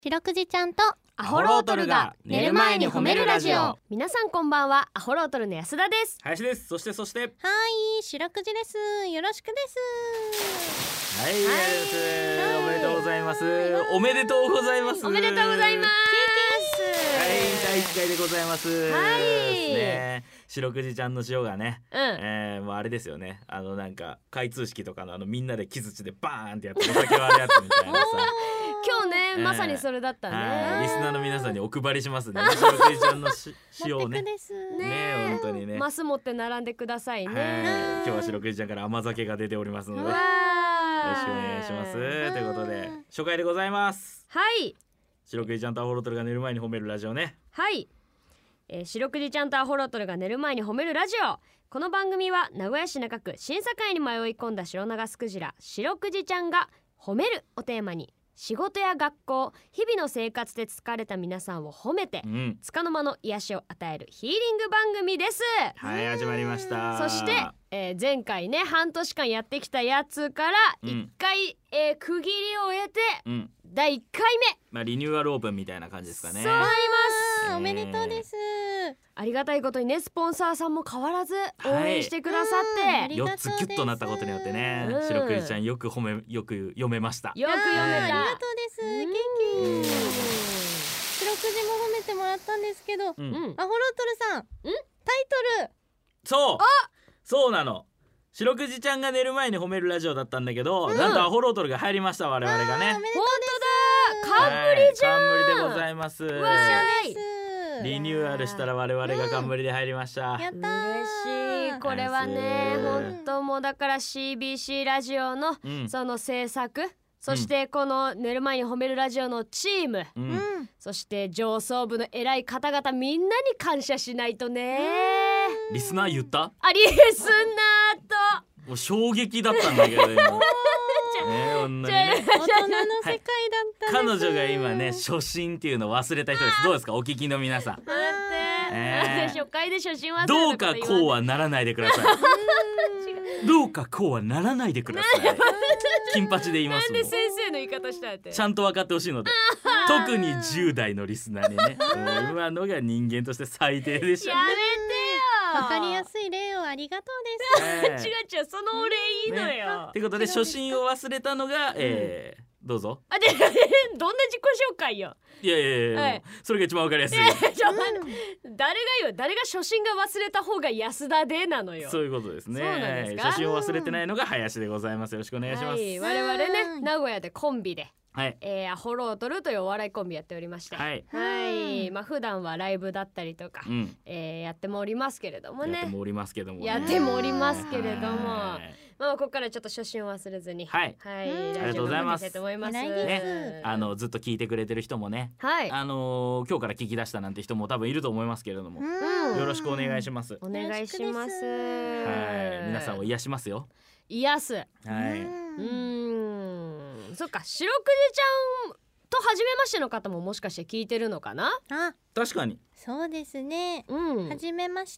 白くじちゃんとアホロートルが寝る前に褒めるラジオ。 皆さんこんばんは、アホロートルの安田です。 林です。そしてはい、白くじです。よろしくです。 はい、おめでとうございます。おめでとうございます。 おめでとうございます。 はい、第1回でございます。 はいね、白くじちゃんの塩がね、もうあれですよね。なんか開通式とかのみんなで木槌でバーンってやってお酒割るやつみたいなさ今日ね、まさにそれだったね。 リスナーの皆さんにお配りしますね。白くじちゃんの塩をね。 ね、 本当にね。 マス持って並んでくださいね。 今日は白くじちゃんから甘酒が出ておりますので、よろしくお願いします。ということで初回でございます。 はい。 白くじちゃんとアホロートルが寝る前に褒めるラジオね。 はい。白くじちゃんとアホロートルが寝る前に褒めるラジオ。この番組は名古屋市中区審査会に迷い込んだ白長スクジラ白くじちゃんが褒めるをテーマに、仕事や学校、日々の生活で疲れた皆さんを褒めて、束の間の癒しを与えるヒーリング番組です。 はい、始まりました。 そして、前回ね半年間やってきたやつから1回、区切りを得て、第1回目、 リニューアルオープンみたいな感じですかね。 そうなります。 おめでとうです。 ありがたいことにね、スポンサーさんも変わらず応援してくださって、 4つギュッとなったことによってね、白くじちゃんよく読めました。 よく読めた。 ありがとうです。元気。白くじも褒めてもらったんですけど、アホロートルさん、タイトル。 そうなの。白くじちゃんが寝る前に褒めるラジオだったんだけど、なんとアホロートルが入りました。我々がね。 おめでとうです。 冠じゃん。 冠でございます。リニューアルしたら我々が冠で入りました。 やったー。 嬉しい。これはね、本当もうだから CBC ラジオのその制作、そしてこの寝る前に褒めるラジオのチーム、そして上層部の偉い方々みんなに感謝しないとね。 リスナー言った？ リスナーともう衝撃だったんだけど今大人の世界だったです。 彼女が今ね初心っていうのを忘れた人です。どうですか、お聞きの皆さん。 初回で初心忘れたどうかこうはならないでください。どうかこうはならないでください。金八で言いますもん。 なんで先生の言い方したって。 ちゃんと分かってほしいので、特に10代のリスナーにね、もう今のが人間として最低でしたね。 やめてよ。 わかりやすい例をありがとうです。 違うそのお礼いいのよ。 ということで初心を忘れたのが、どうぞ。 どんな自己紹介よ。 いや、それが一番わかりやすい。 誰が初心が忘れた方が安田でなのよ。 そういうことですね。 そうなんですか。 初心を忘れてないのが林でございます。よろしくお願いします。 我々ね、名古屋でコンビで、アホロートルというお笑いコンビやっておりまして、普段はライブだったりとか、やってもおりますけれどもね。 やってもおりますけども、 ここからちょっと初心を忘れずに、 ありがとうございます。 と思います。 ずっと聞いてくれてる人もね、今日から聞き出したなんて人も多分いると思いますけれども、よろしくお願いします。 お願いします。 皆さんを癒しますよ。 癒す。そっか、白くじちゃんと初めましての方ももしかして聞いてるのかな。 確かにそうですね。はじめまして、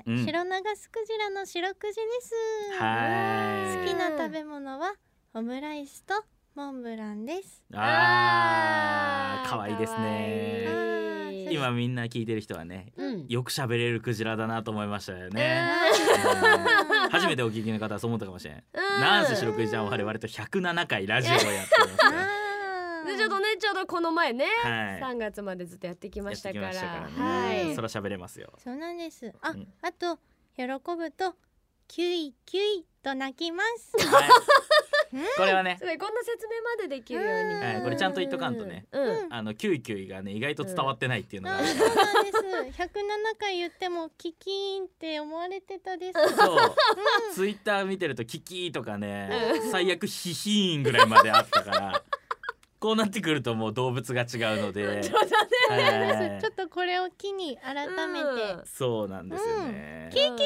白長スクジラの白くじです。好きな食べ物はオムライスとモンブランです。 可愛いですね。今みんな聞いてる人はね、よく喋れるクジラだなと思いましたよね。初めてお聞きの方はそう思ったかもしれない。なんせ白くじちゃんは我々と107回ラジオをやってます。 ちょうどこの前ね、3月までずっとやってきましたから、そら喋れますよ。 そうなんです。あと喜ぶとキュイキュイと泣きます。 これはね、 すごいこんな説明までできるように、 これちゃんと言っとかんとね、キュイキュイがね意外と伝わってないっていうのがある。 そうなんです。107回言ってもキキーンって思われてたです。 そう、ツイッター見てるとキキーとかね、最悪ヒヒーンぐらいまであったからこうなってくるともう動物が違うので、 ちょっとこれを機に改めて、 そうなんですよね。 キキー。 で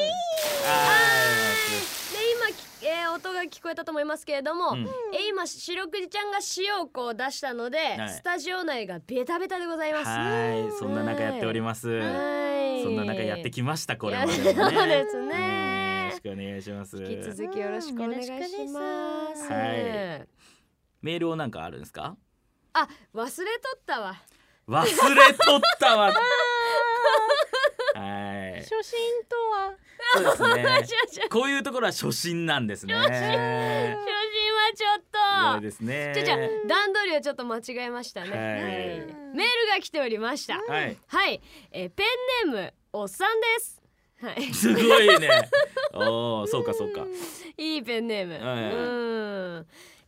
今、音が聞こえたと思いますけれども、今白くじちゃんが塩をこう出したので、スタジオ内がベタベタでございます。 そんな中やっております。そんな中やってきました。これまでもね。 そうですね。 よろしくお願いします。 引き続きよろしくお願いします。 メールをなんかあるんですか？ あ、忘れとったわ。 忘れとったわ。はい。 初心とは。 そうですね。こういうところは初心なんですね。 初心はちょっと。 そうですね。 段取りをちょっと間違えましたね。はい、メールが来ておりました。はい。はい。ペンネームおっさんです。はい。 すごいね。おお、そうかそうか。 いいペンネーム。はい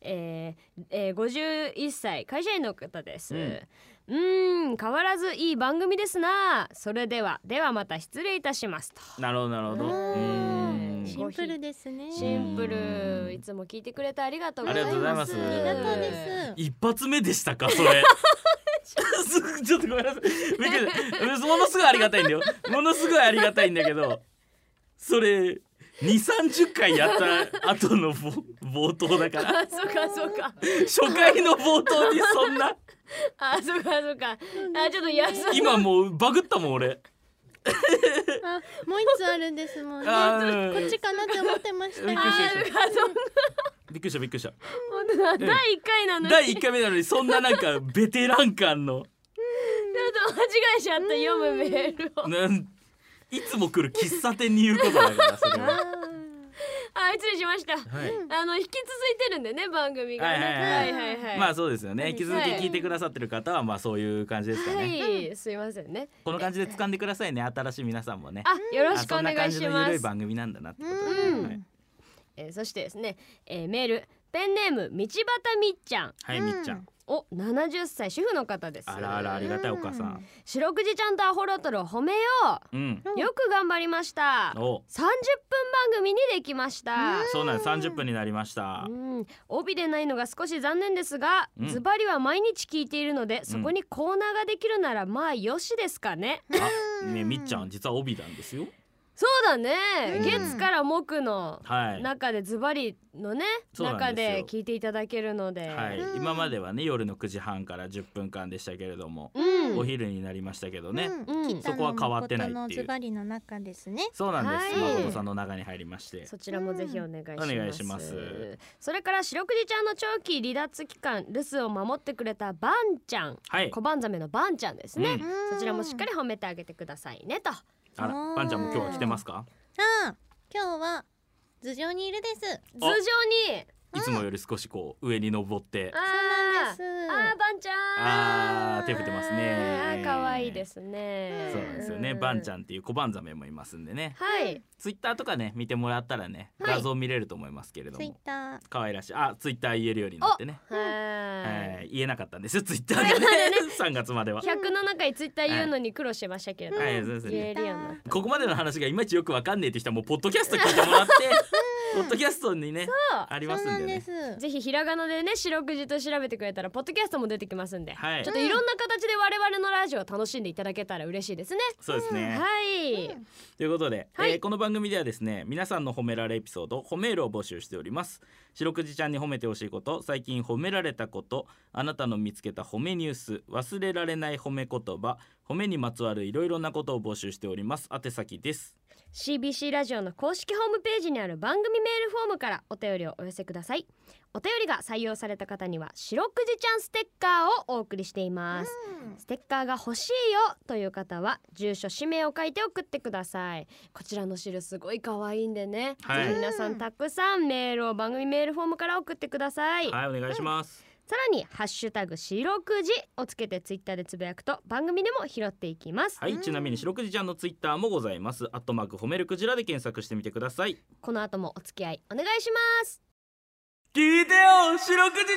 、51歳会社員の方です。変わらずいい番組ですな。それではまた失礼いたしますと。 なるほどなるほど。 シンプルですね。 シンプル。いつも聞いてくれてありがとうございます。 ありがとうです。 一発目でしたかそれ。ちょっとごめんなさい。ものすごいありがたいんだよ。ものすごいありがたいんだけど、それ2、30回やった後の冒頭だから。 そうかそうか。 初回の冒頭にそんな。 あ、そうかそうか。あ、ちょっと今もうバグったもん俺。 あ、もう一つあるんですもんね。こっちかなって思ってました。びっくりした。びっくりした。 本当だ。第1回なのに。 第1回目なのにそんななんかベテラン感の。 ちょっと間違えちゃった。読むメールを。 いつも来る喫茶店に言うことだからそれは。 失礼しました。はい、引き続いてるんでね、番組がね。 まあそうですよね。引き続き聞いてくださってる方はまあそういう感じですかね。 はい、すいませんね。 この感じで掴んでくださいね。新しい皆さんもね。 よろしくお願いします。そんな感じの緩い番組なんだなってことで。そしてですね、メールペンネーム道端みっちゃん。 はい、みっちゃん。 70歳主婦の方です。 あらあら、ありがたいお母さん。 白くじちゃんとアホロトルを褒めよう。よく頑張りました。30分番組にできました。 そうなんです。30分になりました。 帯でないのが少し残念ですが、ズバリは毎日聞いているので、そこにコーナーができるならまあよしですかね。 ね、みっちゃん実は帯なんですよ。 そうだね、月から木の中でズバリのね、中で聞いていただけるので、 今まではね夜の9時半から10分間でしたけれども、お昼になりましたけどね、そこは変わってないっていう。 ズバリの中ですね。 そうなんです。誠さんの中に入りまして、 そちらもぜひお願いします。 お願いします。 それから白くじちゃんの長期離脱期間留守を守ってくれたバンちゃん、小判ザメのバンちゃんですね。そちらもしっかり褒めてあげてくださいねと。 あら、パンちゃんも今日は来てますか？ 今日は頭上にいるです。 頭上にいつもより少しこう上に登って。 そうなんです。バンちゃん。 手振ってますね。 可愛いですね。 そうなんですよね。バンちゃんっていう小判ザメもいますんでね。 はい。 ツイッターとかね見てもらったらね、画像見れると思いますけれども。 ツイッター。 可愛らしい。ツイッター言えるようになってね。言えなかったんですよツイッターがね。3月までは。 107回ツイッター言うのに苦労しましたけれども。言えるようになった。 ここまでの話がいまいちよくわかんねえって人はもうポッドキャスト聞いてもらって。ポッドキャストにねありますんでね。 ぜひひらがなでね白くじと調べてくれたらポッドキャストも出てきますんで、ちょっといろんな形で我々のラジオを楽しんでいただけたら嬉しいですね。 そうですね。 はい。 ということで、この番組ではですね、皆さんの褒められエピソード褒めールを募集しております。白くじちゃんに褒めてほしいこと、最近褒められたこと、あなたの見つけた褒めニュース、忘れられない褒め言葉、褒めにまつわるいろいろなことを募集しております。宛先です。 CBC ラジオの公式ホームページにある番組メールフォームからお便りをお寄せください。お便りが採用された方には白くじちゃんステッカーをお送りしています。ステッカーが欲しいよという方は住所氏名を書いて送ってください。こちらのシールすごい可愛いんでね、ぜひ皆さんたくさんメールを番組メールフォームから送ってください。 はい、お願いします。 さらにハッシュタグ白くじをつけてツイッターでつぶやくと番組でも拾っていきます。 はい、ちなみに白くじちゃんのツイッターもございます。@褒めるクジラで検索してみてください。 この後もお付き合いお願いします。 聞いてよ白くじち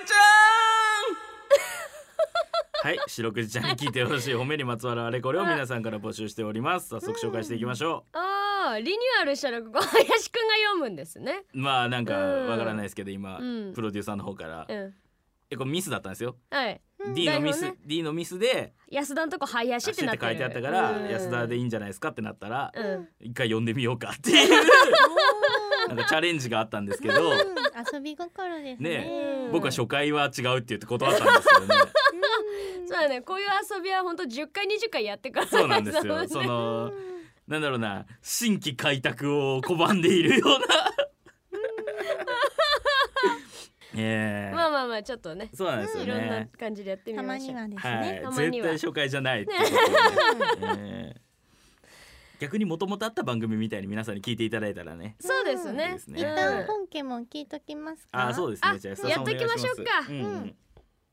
ゃん。はい、白くじちゃんに聞いてほしい褒めにまつわるあれこれを皆さんから募集しております。早速紹介していきましょう。リニューアルしたらここ林くんが読むんですね。 まあなんかわからないですけど今、プロデューサーの方から、これミスだったんですよ。 はい。 D のミスで安田のとこ林ってなってる。 書いてあったから安田でいいんじゃないですかってなったら、一回読んでみようかっていうなんかチャレンジがあったんですけど、 遊び心ですね。 僕は初回は違うって言って断ったんですけどね。 そうだね、こういう遊びは本当10回20回やってからそうなんですよ。そのなんだろうな、新規開拓を拒んでいるようなまあまあまあちょっとね、 そうなんですよね、 いろんな感じでやってみましょう。 たまにはですはね、 い、 たまには絶対初回じゃないっていうことでね逆にもともとあった番組みたいに皆さんに聞いていただいたらね。 そうですね。 いいですね一旦本家も聞いときますか。 あ、そうですね。じゃあやっときましょうか。 聞いてよ、 聞いてよ、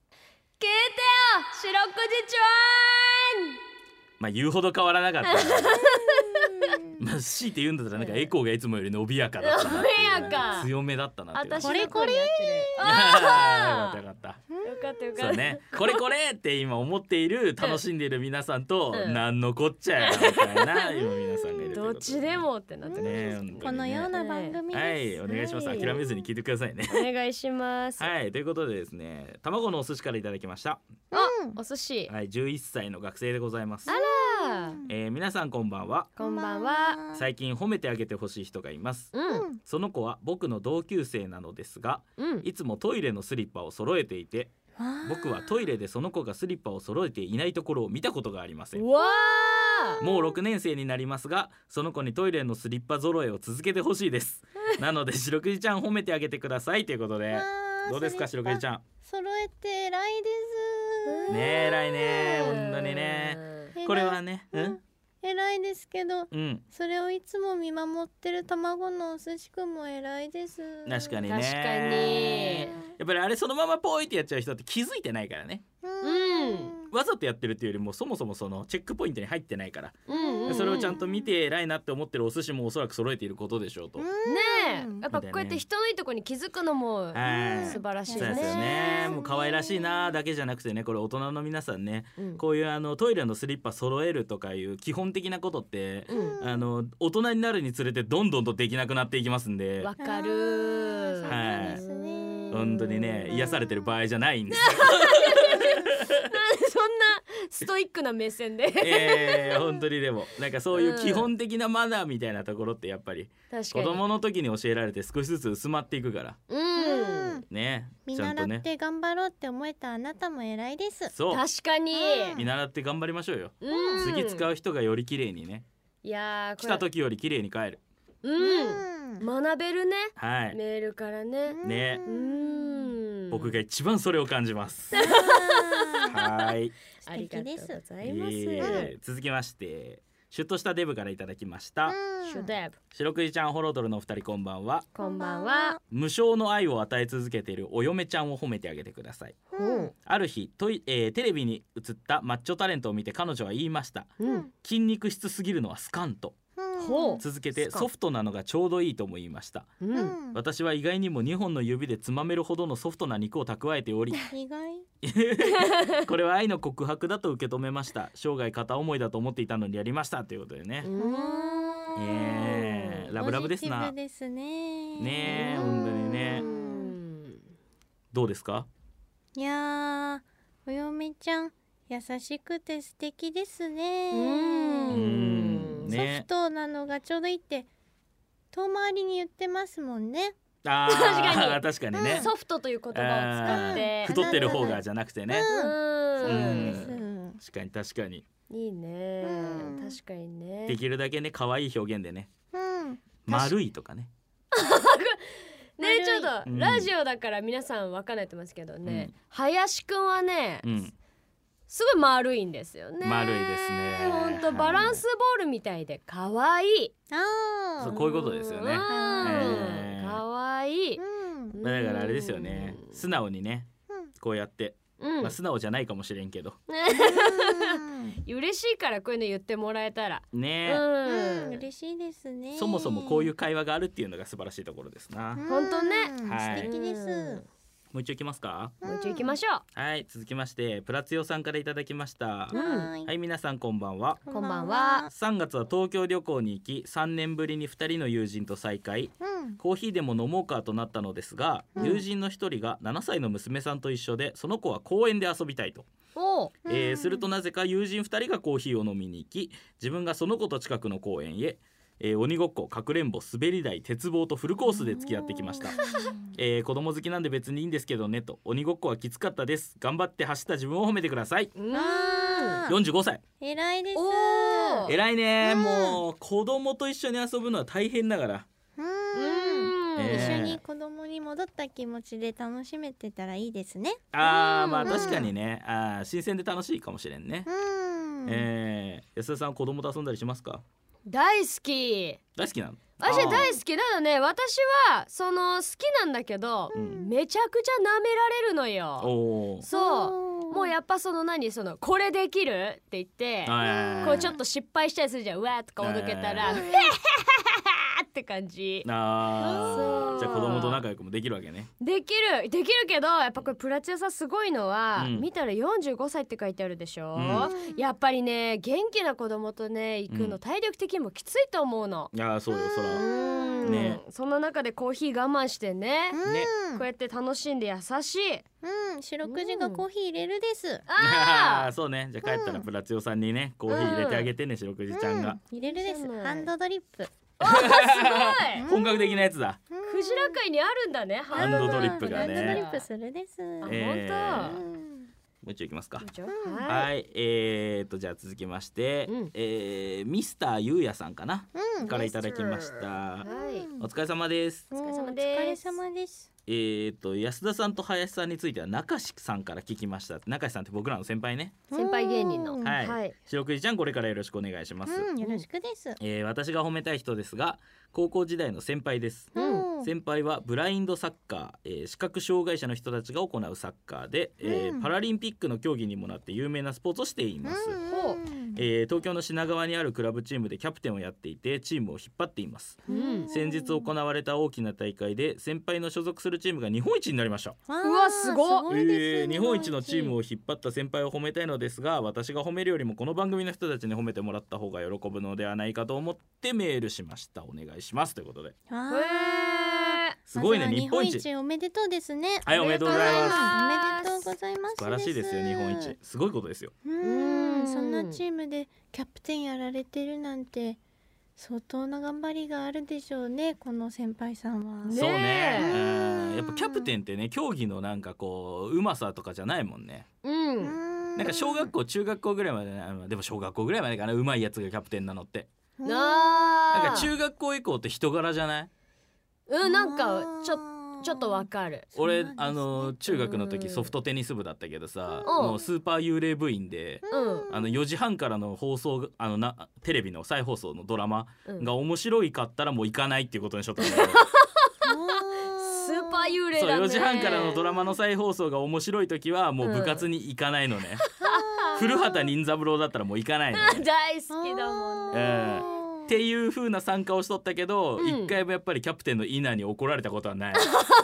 四六時ちまあ言うほど変わらなかったまあ強いて言うんだったらなんかエコーがいつもより伸びやかだったなっていう伸びやか強めだったなっていう。 私これこれよかったよかった。 よかったよかった。 そうね、これこれって今思っている楽しんでいる皆さんと、なんのこっちゃやみたいな今皆さんがいるどっちでもってなってね、 ね。 このような番組です。 はい、お願いします。 はい諦めずに聞いてくださいね。 お願いします。 はい、ということでですね、卵のお寿司からいただきました。 お寿司。 はい、11歳の学生でございます。皆さんこんばんは。 こんばんは。 最近褒めてあげてほしい人がいます。その子は僕の同級生なのですが、いつもトイレのスリッパを揃えていて、僕はトイレでその子がスリッパを揃えていないところを見たことがありません。 わー。 もう6年生になりますが、その子にトイレのスリッパ揃えを続けてほしいですなので白くじちゃん褒めてあげてくださいということで、どうですか白くじちゃん。 揃えて偉いですねえ、偉いね、本当にね。これはね、 偉いですけど、 うん、 それをいつも見守ってる卵のお寿司くんも偉いです。 確かにね。 確かに。 やっぱりあれそのままポイってやっちゃう人って気づいてないからね。わざとやってるっていうよりもそもそもそのチェックポイントに入ってないから、それをちゃんと見て偉いなって思ってるお寿司もおそらく揃えていることでしょうと。 ねえ、やっぱこうやって人のいいとこに気づくのも素晴らしいそうですよね。もう可愛らしいなだけじゃなくてね、これ大人の皆さんね、こういうトイレのスリッパ揃えるとかいう基本的なことって、大人になるにつれてどんどんとできなくなっていきますんで。 わかる。 はい、本当にね、癒されてる場合じゃないんですよそんなストイックな目線で本当にでもなんかそういう基本的なマナーみたいなところってやっぱり子供の時に教えられて少しずつ薄まっていくからね、 見習って頑張ろうって思えたあなたも偉いです。 そう、 確かに見習って頑張りましょうよ。次使う人がより綺麗にね、 いや来た時より綺麗に帰る。 学べるね、 はい、 メールからね。 ね、僕が一番それを感じますはい、 ありがとうございます。 続きましてシュッとしたデブからいただきました。 シュデブ。 白くじちゃんホロドルのお二人こんばんは。 こんばんは。 無償の愛を与え続けているお嫁ちゃんを褒めてあげてください。ある日テレビに映ったマッチョタレントを見て彼女は言いました。筋肉質すぎるのはスカンと。続けてソフトなのがちょうどいいとも言いました。私は意外にも2本の指でつまめるほどのソフトな肉を蓄えており意外これは愛の告白だと受け止めました。生涯片思いだと思っていたのにやりましたということでね。ラブラブですな。 ポジティブですね。 ねえ、本当にね。どうですか。 いやお嫁ちゃん優しくて素敵ですね。ソフトなのがちょうどいいって遠回りに言ってますもんね。 確かにね。 ソフトという言葉を使って太ってる方がじゃなくてね。 そうです。確かにいいね。確かにね。 できるだけね可愛い表現でね。丸いとかね。 ね、ちょっとラジオだから皆さん分かんないと思いますけどね、林くんはね、すごい丸いんですよね。 丸いですね。 ほんとバランスボールみたいで可愛い。 そう、こういうことですよね。 可愛い。 だからあれですよね。素直にね、こうやって、素直じゃないかもしれんけど、 嬉しいからこういうの言ってもらえたらね、 嬉しいですね。 そもそもこういう会話があるっていうのが素晴らしいところですな。 本当ね。 素敵です。 もう一度いきますか。 もう一度いきましょう。 はい、続きましてプラツヨさんからいただきました。はい、皆さんこんばんは。 こんばんは。 3月は東京旅行に行き3年ぶりに2人の友人と再会、コーヒーでも飲もうかとなったのですが、友人の一人が7歳の娘さんと一緒でその子は公園で遊びたいと。するとなぜか友人2人がコーヒーを飲みに行き、自分がその子と近くの公園へ鬼ごっこ、かくれんぼ、滑り台、鉄棒とフルコースで付き合ってきました。子供好きなんで別にいいんですけどねと。鬼ごっこはきつかったです。頑張って走った自分を褒めてください。45歳。 偉いです。 偉いね。もう子供と一緒に遊ぶのは大変だから。 一緒に子供に戻った気持ちで楽しめてたらいいですね。 まあ確かにね、新鮮で楽しいかもしれんね。安田さんは子供と遊んだりしますか？ 大好き。 大好きなの？ 私大好きだよね。私はその好きなんだけど、めちゃくちゃ舐められるのよ。そうもうやっぱそのこれできるって言ってこうちょっと失敗したりするじゃん。うわーとかおどけたらって感じ。じゃあ子供と仲良くもできるわけね。 できるけど、やっぱこれプラチナさんすごいのは、見たら45歳って書いてあるでしょ。やっぱりね元気な子供とね行くの体力的にもきついと思うの。 いやそうよそらね。その中でコーヒー我慢してねこうやって楽しんで優しい。 白くじがコーヒー入れるです。 そうね。じゃあ帰ったらプラチオさんにねコーヒー入れてあげてね、白くじちゃんが。 入れるです。ハンドドリップ。 すごい。 本格的なやつだ。 クジラ界にあるんだね。 ハンドドリップがね。 ハンドドリップするです。 本当。 もう一度いきますか。 はい。 じゃあ続きまして、ミスターゆうやさんかな、からいただきました。お疲れ様です。 お疲れ様です。お疲れ様です。 安田さんと林さんについては中志さんから聞きました。中志さんって僕らの先輩ね。 先輩芸人の。 はい。白くじちゃんこれからよろしくお願いします。 よろしくです。 私が褒めたい人ですが、高校時代の先輩です。先輩はブラインドサッカー、視覚障害者の人たちが行うサッカーで、パラリンピックの競技にもなって有名なスポーツをしています。東京の品川にあるクラブチームでキャプテンをやっていてチームを引っ張っています。先日行われた大きな大会で先輩の所属するチームが日本一になりました。 うわすごい。日本一のチームを引っ張った先輩を褒めたいのですが、私が褒めるよりもこの番組の人たちに褒めてもらった方が喜ぶのではないかと思ってメールしました。お願いしますということで。すごいね、日本一おめでとうですね。 はい、おめでとうございます。 おめでとうございます。 素晴らしいですよ、日本一。すごいことですよ。 そんなチームでキャプテンやられてるなんて相当な頑張りがあるでしょうね、この先輩さんは。 そうね。やっぱキャプテンってね、競技のなんかこううまさとかじゃないもんね。なんか小学校中学校ぐらいまで、でも小学校ぐらいまでかな、うまいやつがキャプテンなのって。なんか中学校以降って人柄じゃない？ なんかちょっとわかる。 俺中学の時ソフトテニス部だったけどさ、もうスーパー幽霊部員で、4時半からの放送テレビの再放送のドラマが面白いかったらもう行かないっていうことにしとったんだけどスーパー幽霊だね。 そう、4時半からのドラマの再放送が面白い時はもう部活に行かないのね。古畑任三郎だったらもう行かないのね。 大好きだもんね。 っていう風な参加をしとったけど、一回もやっぱりキャプテンのイナに怒られたことはない。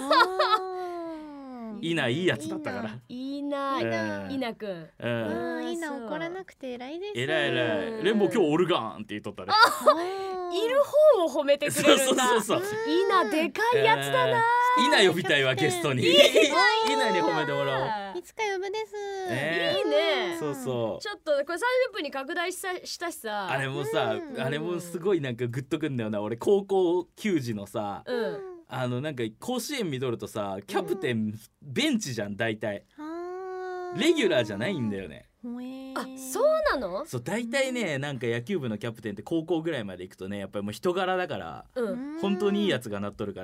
イナいいやつだったから。 イナくん。 イナ怒らなくて偉いです。 偉い。レンボ今日オルガンって言っとったね。 いる方を褒めてくれるんだ。 そう。 イナでかいやつだな。 イナ呼びたいわ、ゲストに。イナに褒めてもらおう。 いつか呼ぶです。 いいね。 そう。 ちょっとこれ30分に拡大したしさ。 あれもさ、あれもすごいなんかグッとくんだよな。俺高校球児のさ、なんか甲子園見とるとさ、キャプテンベンチじゃん大体。レギュラーじゃないんだよね。 あ、そうなの？ そう、大体ね、なんか野球部のキャプテンって高校ぐらいまで行くとね、やっぱりもう人柄だから、本当にいいやつがなっとるから。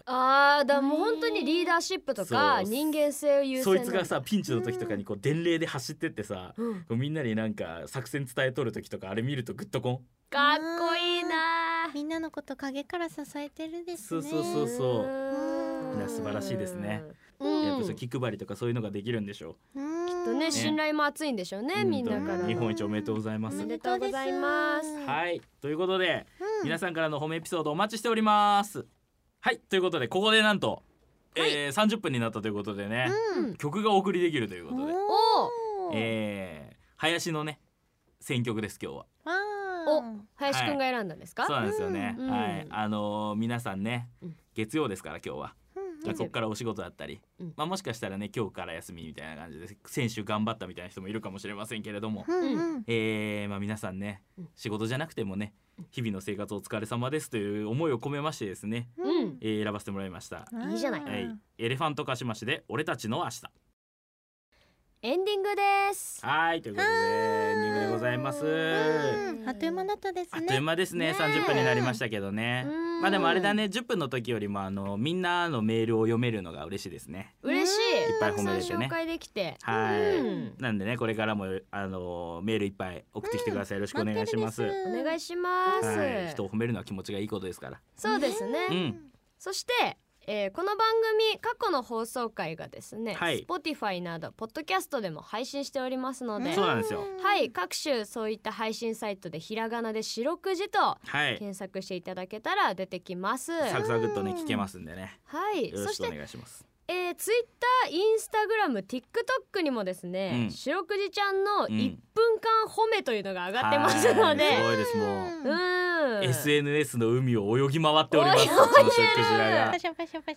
だもう本当にリーダーシップとか人間性を優先。 そいつがさピンチの時とかにこう伝令で走ってってさ、みんなになんか作戦伝えとる時とか、あれ見るとグッとこん。 かっこいいな。 みんなのこと陰から支えてるですね。 そうみんな素晴らしいですね。やっぱ気配りとかそういうのができるんでしょう。 きっとね、信頼も厚いんでしょうね、みんなから。 日本一おめでとうございます。 おめでとうございます。 はい、ということで、皆さんからの褒めエピソードお待ちしております。はい、ということでここでなんと、30分になったということでね、曲がお送りできるということで、林のね選曲です今日は。 林くんが選んだんですか？ そうなんですよね。はい、皆さんね、月曜ですから今日は。ここからお仕事だったり、もしかしたらね今日から休みみたいな感じで先週頑張ったみたいな人もいるかもしれませんけれども、皆さんね、仕事じゃなくてもね日々の生活お疲れ様ですという思いを込めましてですね、選ばせてもらいました。 いいじゃない。 エレファントカシマシで俺たちの明日。 エンディングです。 はい、ということでエンディングでごございます。 あっという間だったですね。 あっという間ですね。30分になりましたけどね。まあでもあれだね、10分の時よりもみんなのメールを読めるのが嬉しいですね。 嬉しい。 いっぱい褒めれてね。 紹介できて。 はい。なんでね、これからもメールいっぱい送ってきてください。よろしくお願いします。 お願いします。 人を褒めるのは気持ちがいいことですから。 そうですね。そして。この番組過去の放送回がですね、Spotify などポッドキャストでも配信しておりますので、 そうなんですよ。 はい、各種そういった配信サイトでひらがなで四くじと検索していただけたら出てきます。 サクサクっとね聞けますんでね。 はい、 よろしくお願いします。 Twitter、インスタグラム、TikTok にもですね、白くじちゃんの1分間褒めというのが上がってますので、 すごいですもう。SNS の海を泳ぎ回っております。そのクジラが。素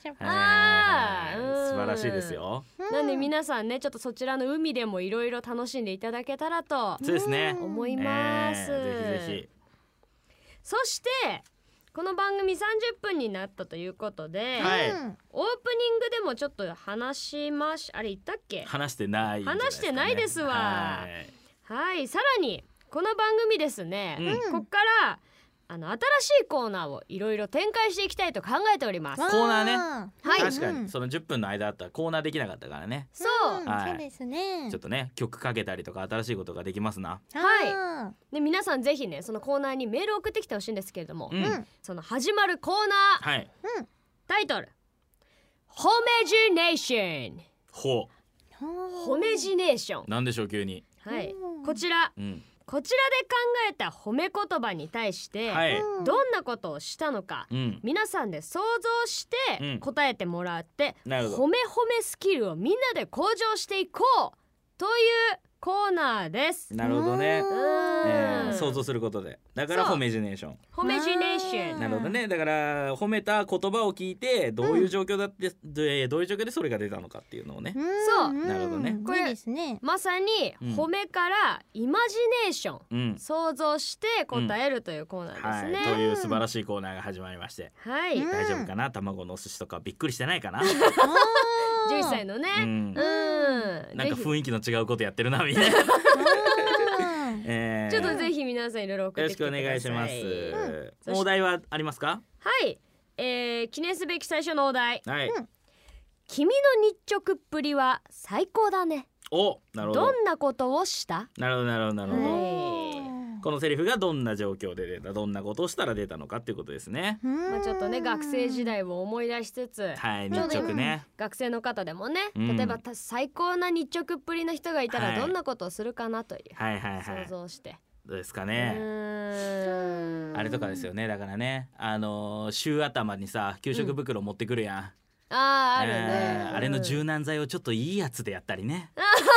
晴らしいですよ。 なんで皆さんね、ちょっとそちらの海でもいろいろ楽しんでいただけたらと思います。 ぜひぜひ。 そしてこの番組30分になったということで、オープニングでもちょっと話しまし、あれ言ったっけ？ 話してないですわ。はい、さらにこの番組ですね、こっから新しいコーナーをいろいろ展開していきたいと考えております。 コーナーね。 はい。 確かにその10分の間だったらコーナーできなかったからね。 そう。 そうですね。 ちょっとね曲かけたりとか新しいことができますな。 はい。で皆さんぜひねそのコーナーにメールを送ってきてほしいんですけれども、その始まるコーナー、タイトルホメジネーション。ホメジネーション。 なんでしょう急に。 はい。こちらで考えた褒め言葉に対して、どんなことをしたのか、皆さんで想像して答えてもらって、褒めスキルをみんなで向上していこうというコーナーです。 なるほどね。想像することで、だからホメジネーション。 ホメジネーション。 なるほどね。だから褒めた言葉を聞いてどういう状況でそれが出たのかっていうのをね。 そう。 なるほどね。 これですね。まさに褒めからイマジネーション、想像して答えるというコーナーですね。 という素晴らしいコーナーが始まりまして。 はい。 大丈夫かな。卵のお寿司とかびっくりしてないかな。 11歳のね。 なんか雰囲気の違うことやってるなみんな。 ちょっとぜひ皆さんいろいろ送ってきてください。 よろしくお願いします。お題はありますか？ はい、記念すべき最初のお題、君の日直っぷりは最高だね。 なるほど。 どんなことをした？ なるほど。このセリフがどんな状況で出た、どんなことをしたら出たのかっていうことですね。 ちょっとね学生時代を思い出しつつ、 日直ね。 学生の方でもね、例えば最高な日直っぷりの人がいたらどんなことをするかなという想像して。 どうですかね。あれとかですよね。だからね、週頭にさ給食袋持ってくるやん。 あるね。 あれの柔軟剤をちょっといいやつでやったりね。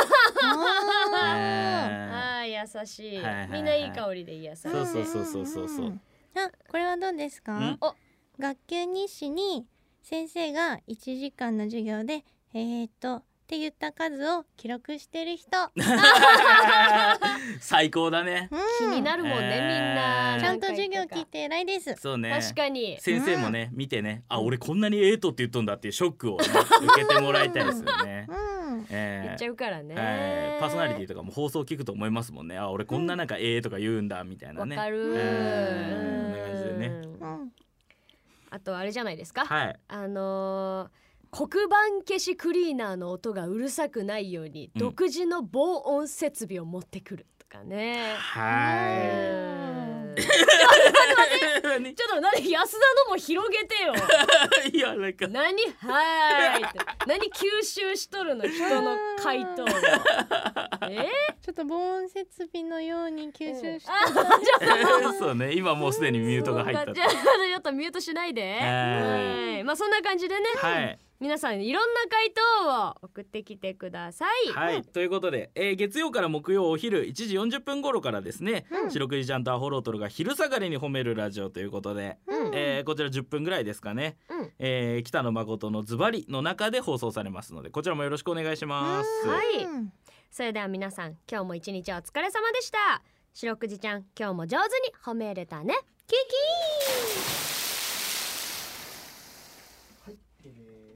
優しい。みんないい香りでいいやつ。 そう。 これはどうですか？学級日誌に先生が1時間の授業でって言った数を記録してる人。 最高だね。 気になるもんね、みんな。 ちゃんと授業聞いて偉いです。 そうね。 確かに。 先生もね見てね、俺こんなにって言っとんだっていうショックを受けてもらいたいですよね。 言っちゃうからね。 パーソナリティとかも放送聞くと思いますもんね。俺こんななんかとか言うんだみたいなね。 わかる。 こんな感じでね。 あとあれじゃないですか。黒板消しクリーナーの音がうるさくないように独自の防音設備を持ってくるとかね。ちょっと何安田のも広げてよ。 いやなんか何って何吸収しとるの人の回答。ちょっと防音設備のように吸収して。 そうね、今もうすでにミュートが入った。 ちょっとミュートしないで。まあそんな感じでね。皆さんいろんな回答を送ってきてください。 ということで、月曜から木曜お昼1時40分頃からですね、白くじちゃんとアホロートルが昼下がりに褒めるラジオということで、こちら10分ぐらいですかね、北野誠のズバリの中で放送されますので、こちらもよろしくお願いします。 それでは皆さん今日も一日お疲れ様でした。白くじちゃん今日も上手に褒めれたね。キキー。